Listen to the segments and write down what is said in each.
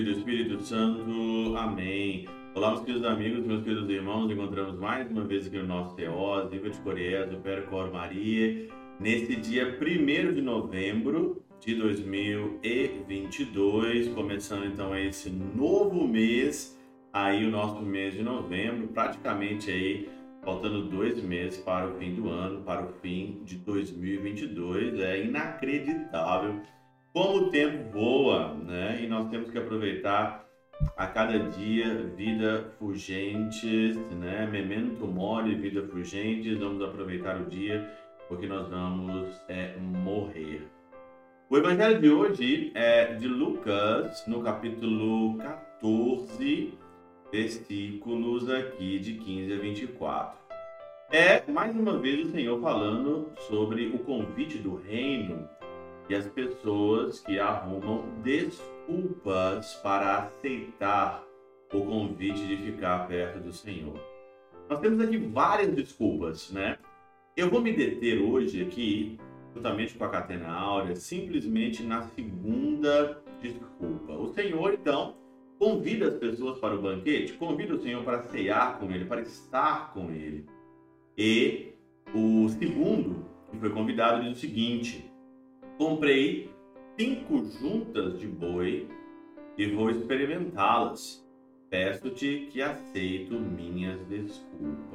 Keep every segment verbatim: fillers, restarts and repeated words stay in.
e do Espírito Santo. Amém. Olá, meus queridos amigos, meus queridos irmãos. Nos encontramos mais uma vez aqui no nosso Teós, Viva de Coriés, o Percor Maria, nesse dia primeiro de novembro de dois mil e vinte e dois, começando então esse novo mês, aí o nosso mês de novembro, praticamente aí faltando dois meses para o fim do ano, para o fim de dois mil e vinte e dois. É inacreditável como o tempo voa, né? E nós temos que aproveitar a cada dia vida fulgentes, né? Memento mori, vida fulgentes. Vamos aproveitar o dia, porque nós vamos é, morrer. O evangelho de hoje é de Lucas, no capítulo quatorze, versículos aqui de quinze a vinte e quatro. É, mais uma vez, o Senhor falando sobre o convite do reino e as pessoas que arrumam desculpas para aceitar o convite de ficar perto do Senhor. Nós temos aqui várias desculpas, né? Eu vou me deter hoje aqui, juntamente com a Catena Áurea, simplesmente na segunda desculpa. O Senhor, então, convida as pessoas para o banquete, convida o Senhor para cear com Ele, para estar com Ele. E o segundo, que foi convidado, diz o seguinte: comprei cinco juntas de boi e vou experimentá-las. Peço-te que aceito minhas desculpas.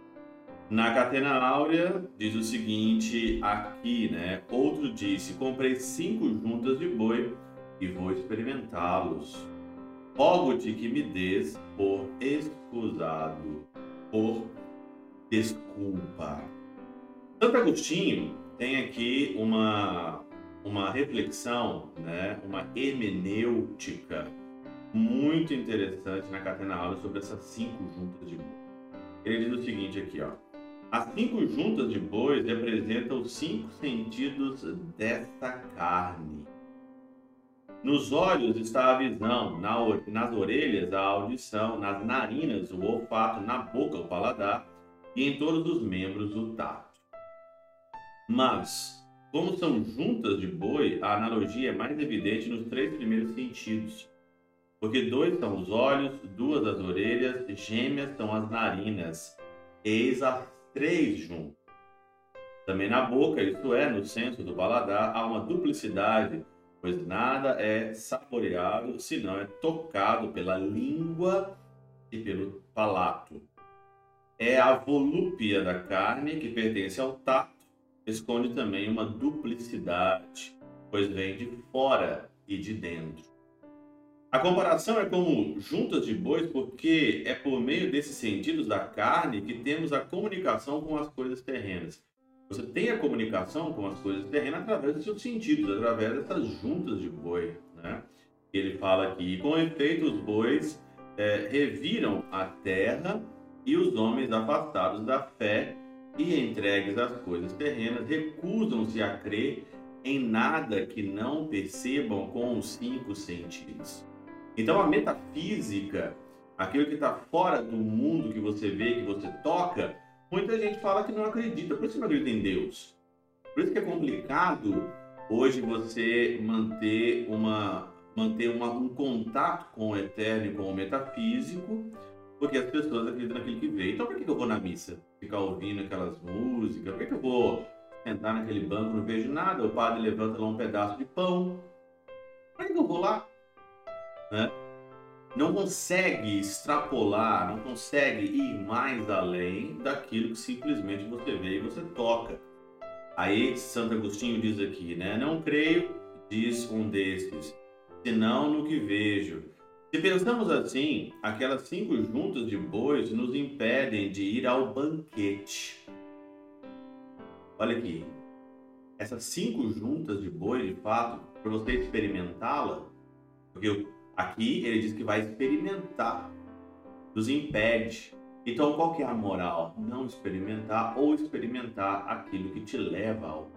Na Catena Áurea diz o seguinte aqui, né? Outro disse: comprei cinco juntas de boi e vou experimentá-los. Rogo-te que me des por escusado, por desculpa. Santo Agostinho tem aqui uma, uma reflexão, né? Uma hermenêutica muito interessante na Catena Áurea sobre essas cinco juntas de boi. Ele diz o seguinte aqui, ó: as cinco juntas de bois representam os cinco sentidos desta carne. Nos olhos está a visão, na, nas orelhas a audição, nas narinas o olfato, na boca o paladar e em todos os membros o tato. Mas, como são juntas de boi, a analogia é mais evidente nos três primeiros sentidos. Porque dois são os olhos, duas as orelhas, gêmeas são as narinas. Eis as três juntas. Também na boca, isto é, no senso do paladar, há uma duplicidade, pois nada é saboreado, senão é tocado pela língua e pelo palato. É a volúpia da carne, que pertence ao tato, esconde também uma duplicidade, pois vem de fora e de dentro. A comparação é como juntas de bois, porque é por meio desses sentidos da carne que temos a comunicação com as coisas terrenas. Você tem a comunicação com as coisas terrenas através dos seus sentidos, através dessas juntas de boi, né? Ele fala aqui: com efeito, os bois é, reviram a terra e os homens afastados da fé e entregues às coisas terrenas recusam-se a crer em nada que não percebam com os cinco sentidos. Então a metafísica, aquilo que está fora do mundo que você vê, que você toca, muita gente fala que não acredita. Por isso que não acredita em Deus. Por isso que é complicado hoje você manter, uma, manter uma, um contato com o eterno e com o metafísico, porque as pessoas acreditam naquilo que vê. Então por que eu vou na missa? Ficar ouvindo aquelas músicas? Por que eu vou sentar naquele banco, não vejo nada? O padre levanta lá um pedaço de pão. Por que eu vou lá? Né? Não consegue extrapolar, não consegue ir mais além daquilo que simplesmente você vê e você toca. Aí Santo Agostinho diz aqui, né? Não creio, diz um desses, senão no que vejo. Se pensamos assim, aquelas cinco juntas de bois nos impedem de ir ao banquete. Olha aqui, essas cinco juntas de bois, de fato, para você experimentá-la, porque aqui ele diz que vai experimentar, nos impede. Então qual que é a moral? Não experimentar ou experimentar aquilo que te leva ao.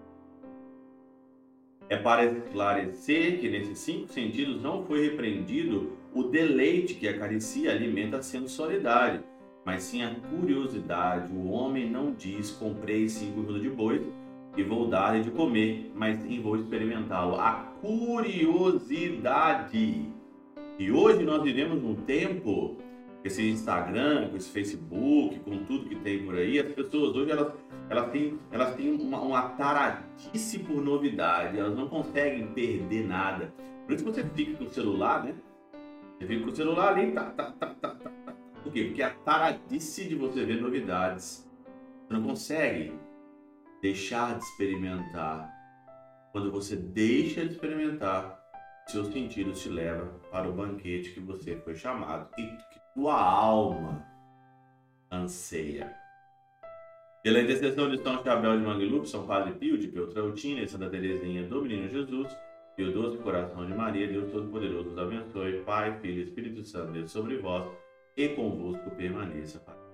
É para esclarecer que nesses cinco sentidos não foi repreendido o deleite que acaricia e alimenta a sensualidade, mas sim a curiosidade. O homem não diz: comprei cinco juntas de bois e vou dar de comer, mas sim vou experimentá-lo. A curiosidade. E hoje nós vivemos num tempo, com esse Instagram, com esse Facebook, com tudo que tem por aí, as pessoas hoje elas, elas têm, elas têm uma, uma taradice por novidade, elas não conseguem perder nada. Por isso que você fica com o celular, né? Você fica com o celular ali, tá, tá, tá, tá, tá, tá. Por quê? Porque é a taradice de você ver novidades. Você não consegue deixar de experimentar. Quando você deixa de experimentar, seus sentidos te levam para o banquete que você foi chamado e que tua alma anseia. Pela intercessão de São Chabel de Mangluf, São Padre Pio de Peltrautina e Santa Teresinha do Menino Jesus, e o doce coração de Maria, Deus Todo-Poderoso os abençoe, Pai, Filho e Espírito Santo, Deus sobre vós e convosco permaneça.